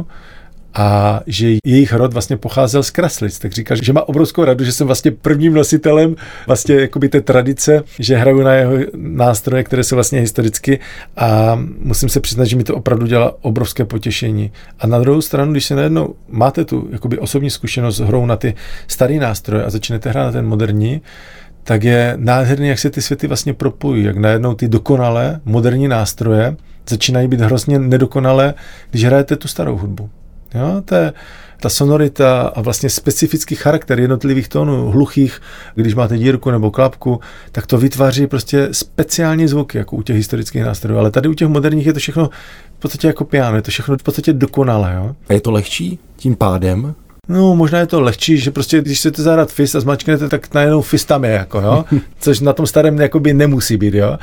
a že jejich rod vlastně pocházel z Kraslic, tak říkal, že má obrovskou radu, že jsem vlastně prvním nositelem vlastně jakoby té tradice, že hraju na jeho nástroje, které jsou vlastně historicky a musím se přiznat, že mi to opravdu dělá obrovské potěšení. A na druhou stranu, když se najednou máte tu jakoby osobní zkušenost s hrou na ty staré nástroje a začnete hrát na ten moderní, tak je nádherný, jak se ty světy vlastně propojí, jak najednou ty dokonalé moderní nástroje začínají být hrozně nedokonalé, když hrajete tu starou hudbu. Jo, to je ta sonorita a vlastně specifický charakter jednotlivých tónů, hluchých, když máte dírku nebo klapku, tak to vytváří prostě speciální zvuky, jako u těch historických nástrojů. Ale tady u těch moderních je to všechno v podstatě jako piano, je to všechno v podstatě dokonalé. Jo? A je to lehčí tím pádem? No, možná je to lehčí, že prostě, když chcete zahrát fist a zmačknete, tak najednou fist tam je, jako, jo? Což na tom starém jakoby nemusí být, jo?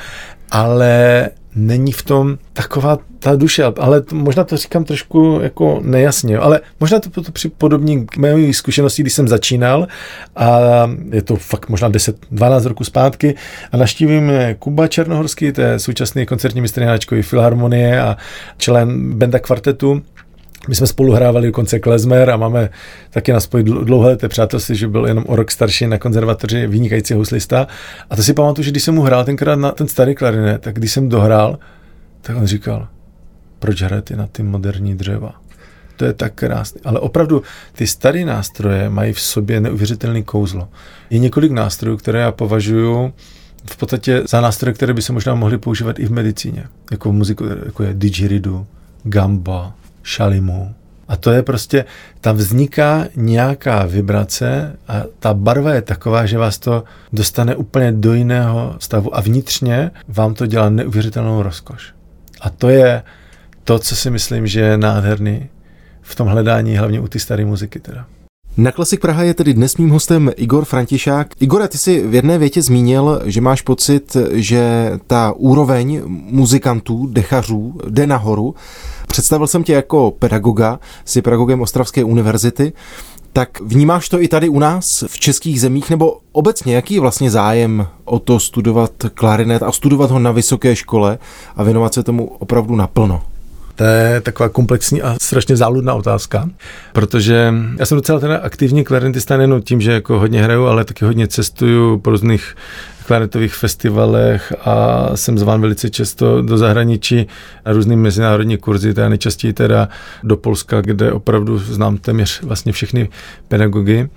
Ale není v tom taková ta duše, ale to, možná to říkám trošku jako nejasně, ale možná to, to připodobní k mé zkušenosti, když jsem začínal a je to fakt možná deset dvanáct roku zpátky a navštívím Kuba Černohorský, to je současný koncertní mistr Janáčkovy filharmonie a člen benda kvartetu. My jsme spolu hrávali dokonce klezmer a máme taky na spoji dlouholeté přátelství, že byl jenom o rok starší na konzervatoři, vynikající houslista. A to si pamatuju, že když jsem mu hrál tenkrát na ten starý klarinet, tak když jsem dohrál, tak on říkal, proč hrajete na ty moderní dřeva? To je tak krásné. Ale opravdu ty staré nástroje mají v sobě neuvěřitelný kouzlo. Je několik nástrojů, které já považuji v podstatě za nástroje, které by se možná mohly používat i v medicíně. Jako v muziku, jako je didgeridoo, gamba, šalimu. A to je prostě, tam vzniká nějaká vibrace a ta barva je taková, že vás to dostane úplně do jiného stavu a vnitřně vám to dělá neuvěřitelnou rozkoš. A to je to, co si myslím, že je nádherný v tom hledání, hlavně u ty staré muziky teda. Na Klasik Praha je tedy dnes mým hostem Igor Františák. Igore, ty jsi v jedné větě zmínil, že máš pocit, že ta úroveň muzikantů, dechařů jde nahoru. Představil jsem tě jako pedagoga, jsi pedagogem Ostravské univerzity, tak vnímáš to i tady u nás v českých zemích, nebo obecně, jaký je vlastně zájem o to studovat klarinet a studovat ho na vysoké škole a věnovat se tomu opravdu naplno? To je taková komplexní a strašně záludná otázka, protože já jsem docela teda aktivní klarinetista nejenom tím, že jako hodně hraju, ale taky hodně cestuju po různých klarinetových festivalech a jsem zván velice často do zahraničí na různý mezinárodní kurzy, teda nejčastěji teda do Polska, kde opravdu znám téměř vlastně všechny pedagogy.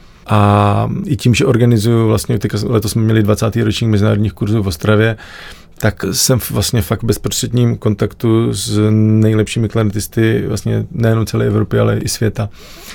A i tím, že organizuju vlastně, letos jsme měli dvacátý ročník mezinárodních kurzů v Ostravě, tak jsem vlastně fakt v bezprostředním kontaktu s nejlepšími klarinetisty vlastně nejenom celé Evropy, ale i světa.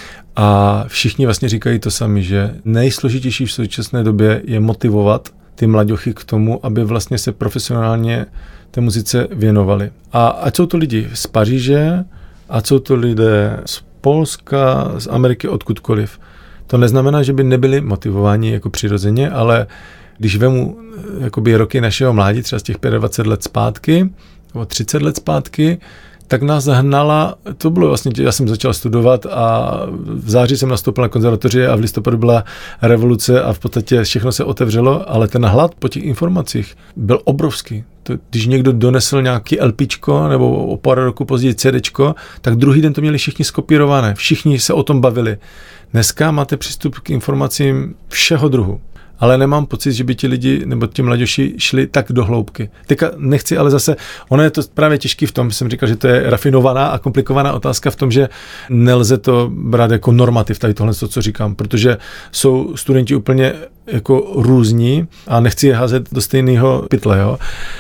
A všichni vlastně říkají to sami, že nejsložitější v současné době je motivovat ty mlaďochy k tomu, aby vlastně se profesionálně té muzice věnovali. A ať jsou to lidi z Paříže, ať jsou to lidé z Polska, z Ameriky, odkudkoliv. To neznamená, že by nebyli motivováni jako přirozeně, ale když vemu jakoby roky našeho mládí, třeba z těch dvacet pět let zpátky, nebo třicet let zpátky, tak nás zahnala, to bylo vlastně, já jsem začal studovat a v září jsem nastoupil na konzervatoři a v listopadu byla revoluce a v podstatě všechno se otevřelo, ale ten hlad po těch informacích byl obrovský. To, když někdo donesl nějaký LPčko nebo o pár roku později CDčko, tak druhý den to měli všichni skopírované, všichni se o tom bavili. Dneska máte přístup k informacím všeho druhu. Ale nemám pocit, že by ti lidi nebo ti mladěši šli tak do hloubky. Teďka nechci, ale zase, ono je to právě těžký v tom, jsem říkal, že to je rafinovaná a komplikovaná otázka v tom, že nelze to brát jako normativ, tady tohle, co říkám, protože jsou studenti úplně jako různí a nechci je házet do stejného pytle, jo.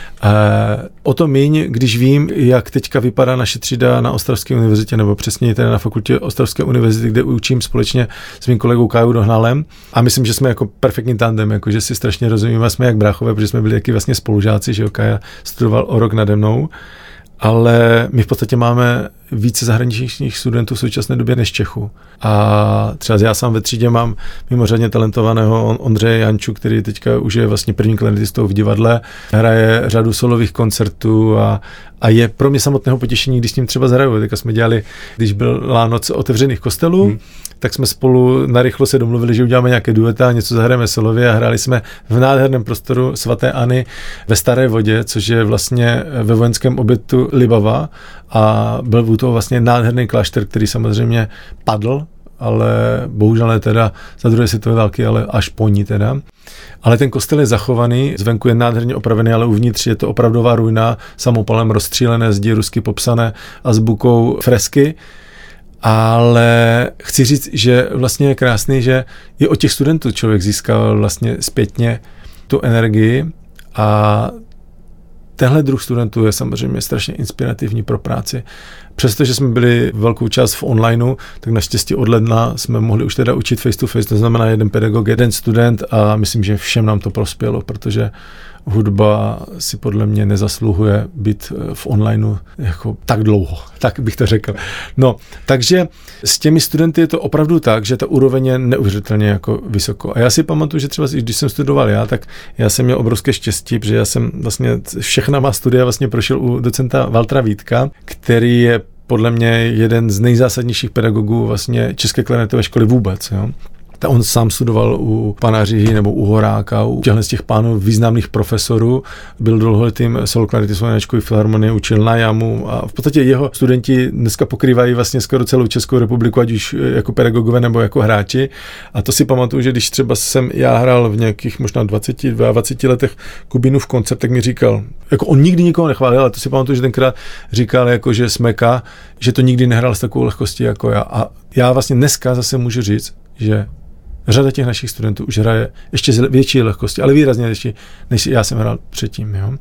E, o to míň, když vím, jak teďka vypadá naše třída na Ostravské univerzitě, nebo přesně teda na fakultě Ostravské univerzity, kde učím společně s mým kolegou Kájou Dohnalem a myslím, že jsme jako perfektní tandem, jako že si strašně rozumíme, jsme jak bráchové, protože jsme byli taky vlastně spolužáci, že jo, Kája studoval o rok nade mnou, ale my v podstatě máme více zahraničních studentů v současné době než Čechů. A třeba já sám ve třídě mám mimořádně talentovaného Ondřeje Janču, který teďka už je vlastně první klarinetistou v divadle, hraje řadu solových koncertů a, a je pro mě samotného potěšení, když s ním třeba zahraju. Teďka jsme dělali, když byla noc otevřených kostelů, hmm. tak jsme spolu narychlo se domluvili, že uděláme nějaké dueta, něco zahrajeme solově a hráli jsme v nádherném prostoru svaté Anny ve Staré Vodě, což je vlastně ve vojenském objektu Libava a byl u toho vlastně nádherný klášter, který samozřejmě padl, ale bohužel ne teda za druhé světové války, ale až po ní teda. Ale ten kostel je zachovaný, zvenku je nádherně opravený, ale uvnitř je to opravdová ruina, samopalem rozstřílené zdi, rusky popsané azbukou fresky. Ale chci říct, že vlastně je krásný, že i od těch studentů člověk získal vlastně zpětně tu energii a tenhle druh studentů je samozřejmě strašně inspirativní pro práci. Přestože jsme byli velkou část v onlineu, tak naštěstí od ledna jsme mohli už teda učit face to face, to znamená jeden pedagog, jeden student a myslím, že všem nám to prospělo, protože hudba si podle mě nezasluhuje být v onlineu jako tak dlouho, tak bych to řekl. No, takže s těmi studenty je to opravdu tak, že ta úroveň je neuvěřitelně jako vysoko. A já si pamatuju, že třeba když jsem studoval já, tak já jsem měl obrovské štěstí, protože já jsem vlastně všechna má studia vlastně prošel u docenta Valtra Vítka, který je podle mě jeden z nejzásadnějších pedagogů vlastně České klarinetové školy vůbec. Jo. On sám studoval u pana Řihy nebo u Horáka, u těchto z těch pánů významných profesorů, byl dlouholetým soloklarinetistou na Janečkově filharmonii, učil na jamu a v podstatě jeho studenti dneska pokrývají vlastně skoro celou Českou republiku, ať už jako pedagogové nebo jako hráči. A to si pamatuju, že když třeba jsem já hrál v nějakých možná dvaceti, dvaceti letech Kubinův koncert, tak mi říkal, jako on nikdy nikoho nechválil, ale to si pamatuju, že tenkrát říkal, jako že Smeka, že to nikdy nehrál s takovou lehkostí jako já. A já vlastně dneska zase můžu říct, že řada těch našich studentů už hraje ještě z větší lehkosti, ale výrazně větší, než já jsem hrál předtím. Jo.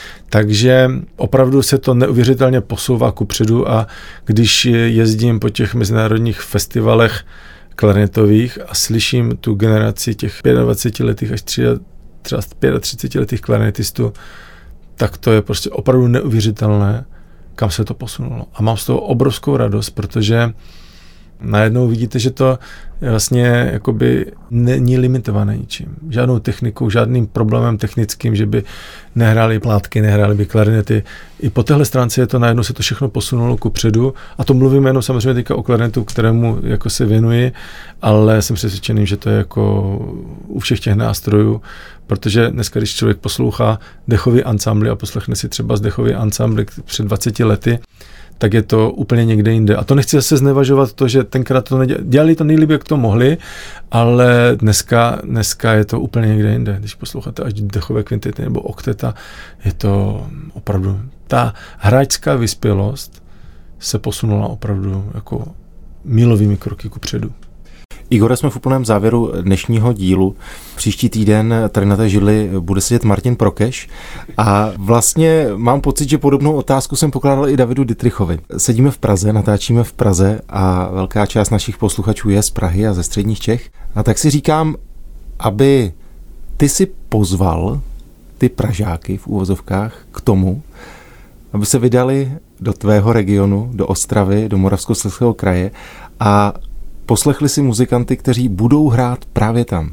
Takže opravdu se to neuvěřitelně posouvá kupředu a když jezdím po těch mezinárodních festivalech klarinetových a slyším tu generaci těch dvacetiletých až třeba třicetiletých klarinetistů, tak to je prostě opravdu neuvěřitelné, kam se to posunulo. A mám z toho obrovskou radost, protože najednou vidíte, že to vlastně jakoby není limitované ničím. Žádnou technikou, žádným problémem technickým, že by nehráli plátky, nehráli by klarinety. I po téhle stránce je to najednou se to všechno posunulo kupředu. A to mluvím jenom samozřejmě teďka o klarinetu, kterému jako se věnuji, ale jsem přesvědčený, že to je jako u všech těch nástrojů, protože dneska, když člověk poslouchá dechový ansambly a poslechne si třeba z dechový ansambly před dvaceti lety, tak je to úplně někde jinde. A to nechci zase znevažovat to, že tenkrát to nedělali, dělali to nejlíp, jak to mohli, ale dneska, dneska je to úplně někde jinde. Když posloucháte až dechové kvintety nebo okteta, je to opravdu, ta hráčská vyspělost se posunula opravdu jako mílovými kroky kupředu. Igore, jsme v úplném závěru dnešního dílu. Příští týden tady na té židli bude sedět Martin Prokeš a vlastně mám pocit, že podobnou otázku jsem pokládal i Davidu Dittrichovi. Sedíme v Praze, natáčíme v Praze a velká část našich posluchačů je z Prahy a ze středních Čech. A tak si říkám, aby ty si pozval ty Pražáky v úvozovkách k tomu, aby se vydali do tvého regionu, do Ostravy, do Moravskoslezského kraje a poslechli si muzikanty, kteří budou hrát právě tam.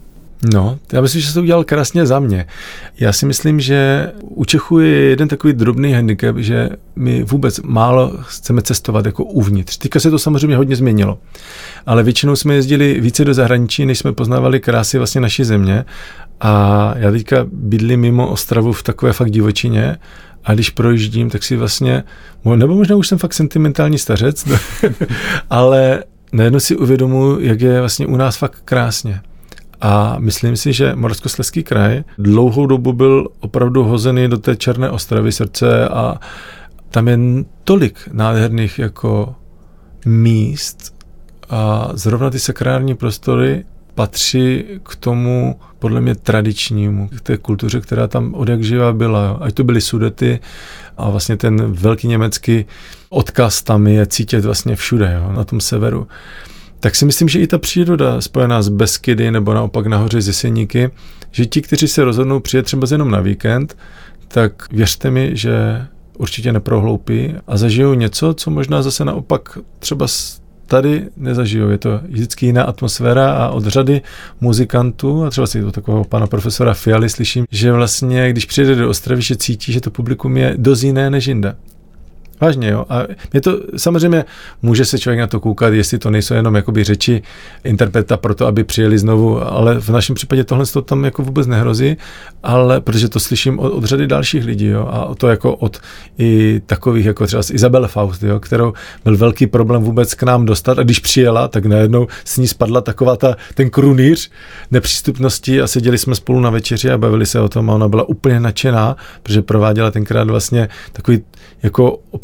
No, já myslím, že se to udělal krásně za mě. Já si myslím, že u Čechů je jeden takový drobný handicap, že my vůbec málo chceme cestovat jako uvnitř. Teďka se to samozřejmě hodně změnilo, ale většinou jsme jezdili více do zahraničí, než jsme poznávali krásy vlastně naší země. A já teďka bydlím mimo Ostravu v takové fakt divočině a když projíždím, tak si vlastně, nebo možná už jsem fakt sentimentální stařec, ale najednou si uvědomuji, jak je vlastně u nás fakt krásně. A myslím si, že Moravskoslezský kraj dlouhou dobu byl opravdu hozený do té černé Ostravy srdce a tam je tolik nádherných jako míst a zrovna ty sakrální prostory patří k tomu podle mě tradičnímu, k té kultuře, která tam odjakživa byla. Jo. Ať to byly Sudety a vlastně ten velký německý odkaz tam je cítit vlastně všude, jo, na tom severu. Tak si myslím, že i ta příroda spojená s Beskydy nebo naopak nahoře z Jeseníky, že ti, kteří se rozhodnou přijet třeba jenom na víkend, tak věřte mi, že určitě neprohloupí a zažijou něco, co možná zase naopak třeba tady nezažijou. Je to vždycky jiná atmosféra a od řady muzikantů, a třeba si od takového pana profesora Fialy slyším, že vlastně, když přijede do Ostravy, že cítí, že to publikum je dost jiné než jinde. Vážně, jo. A je to, samozřejmě může se člověk na to koukat, jestli to nejsou jenom jakoby řeči interpreta pro to, aby přijeli znovu, ale v našem případě tohle to tam jako vůbec nehrozí, ale protože to slyším od, od řady dalších lidí, jo. A to jako od i takových, jako třeba z Isabelle Faust, jo, kterou byl velký problém vůbec k nám dostat a když přijela, tak najednou s ní spadla taková ta, ten krunýř nepřístupnosti a seděli jsme spolu na večeři a bavili se o tom a ona byla úplně nadšená, protože prováděla tenkrát vlastně takový jako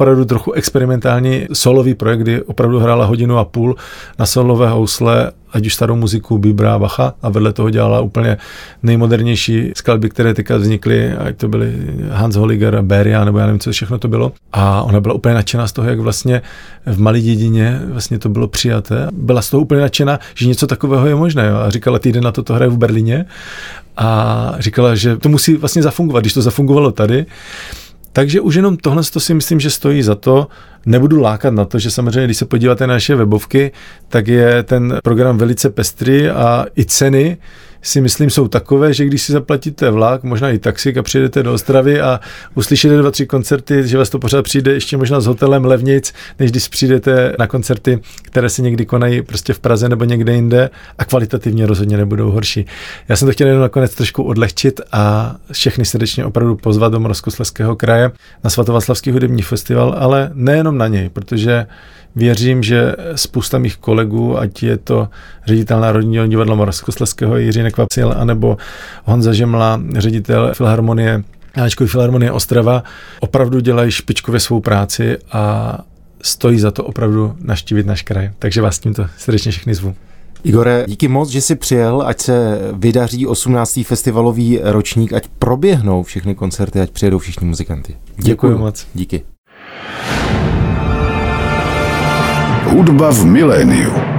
opravdu trochu experimentální solový projekt, kdy opravdu hrála hodinu a půl na solové housle, ať už starou muziku Bibra, Bacha, a vedle toho dělala úplně nejmodernější skladby, které teďka vznikly, ať to byly Hans Holliger, Beria, nebo já nevím, co všechno to bylo. A ona byla úplně nadšená z toho, jak vlastně v malé dědině vlastně to bylo přijaté. Byla z toho úplně nadšená, že něco takového je možné. Jo? A říkala, týden na to to hraje v Berlíně. A říkala, že to musí vlastně zafungovat, když to zafungovalo tady. Takže už jenom tohle to si myslím, že stojí za to. Nebudu lákat na to, že samozřejmě, když se podíváte na naše webovky, tak je ten program velice pestrý a i ceny si myslím jsou takové, že když si zaplatíte vlak, možná i taxík a přijedete do Ostravy a uslyšíte dva, tři koncerty, že vás to pořád přijde ještě možná s hotelem levnic, než když přijdete na koncerty, které se někdy konají prostě v Praze nebo někde jinde a kvalitativně rozhodně nebudou horší. Já jsem to chtěl jenom nakonec trošku odlehčit a všechny srdečně opravdu pozvat do Moravskoslezského kraje na Svatováclavský hudební festival, ale nejenom na něj, protože věřím, že spousta mých kolegů, ať je to ředitel Národního divadla Moravskoslezského Jiří Nekvapsil, anebo Honza Žemla, ředitel Filharmonie, Janečkovy filharmonie Ostrava, opravdu dělají špičkově svou práci a stojí za to opravdu navštívit náš kraj. Takže vás tímto srdečně všechny zvu. Igore, díky moc, že jsi přijel, ať se vydaří osmnáctý festivalový ročník, ať proběhnou všechny koncerty, ať přijedou všichni muzikanti. Děkuji moc. Díky. Hudba v miléniu.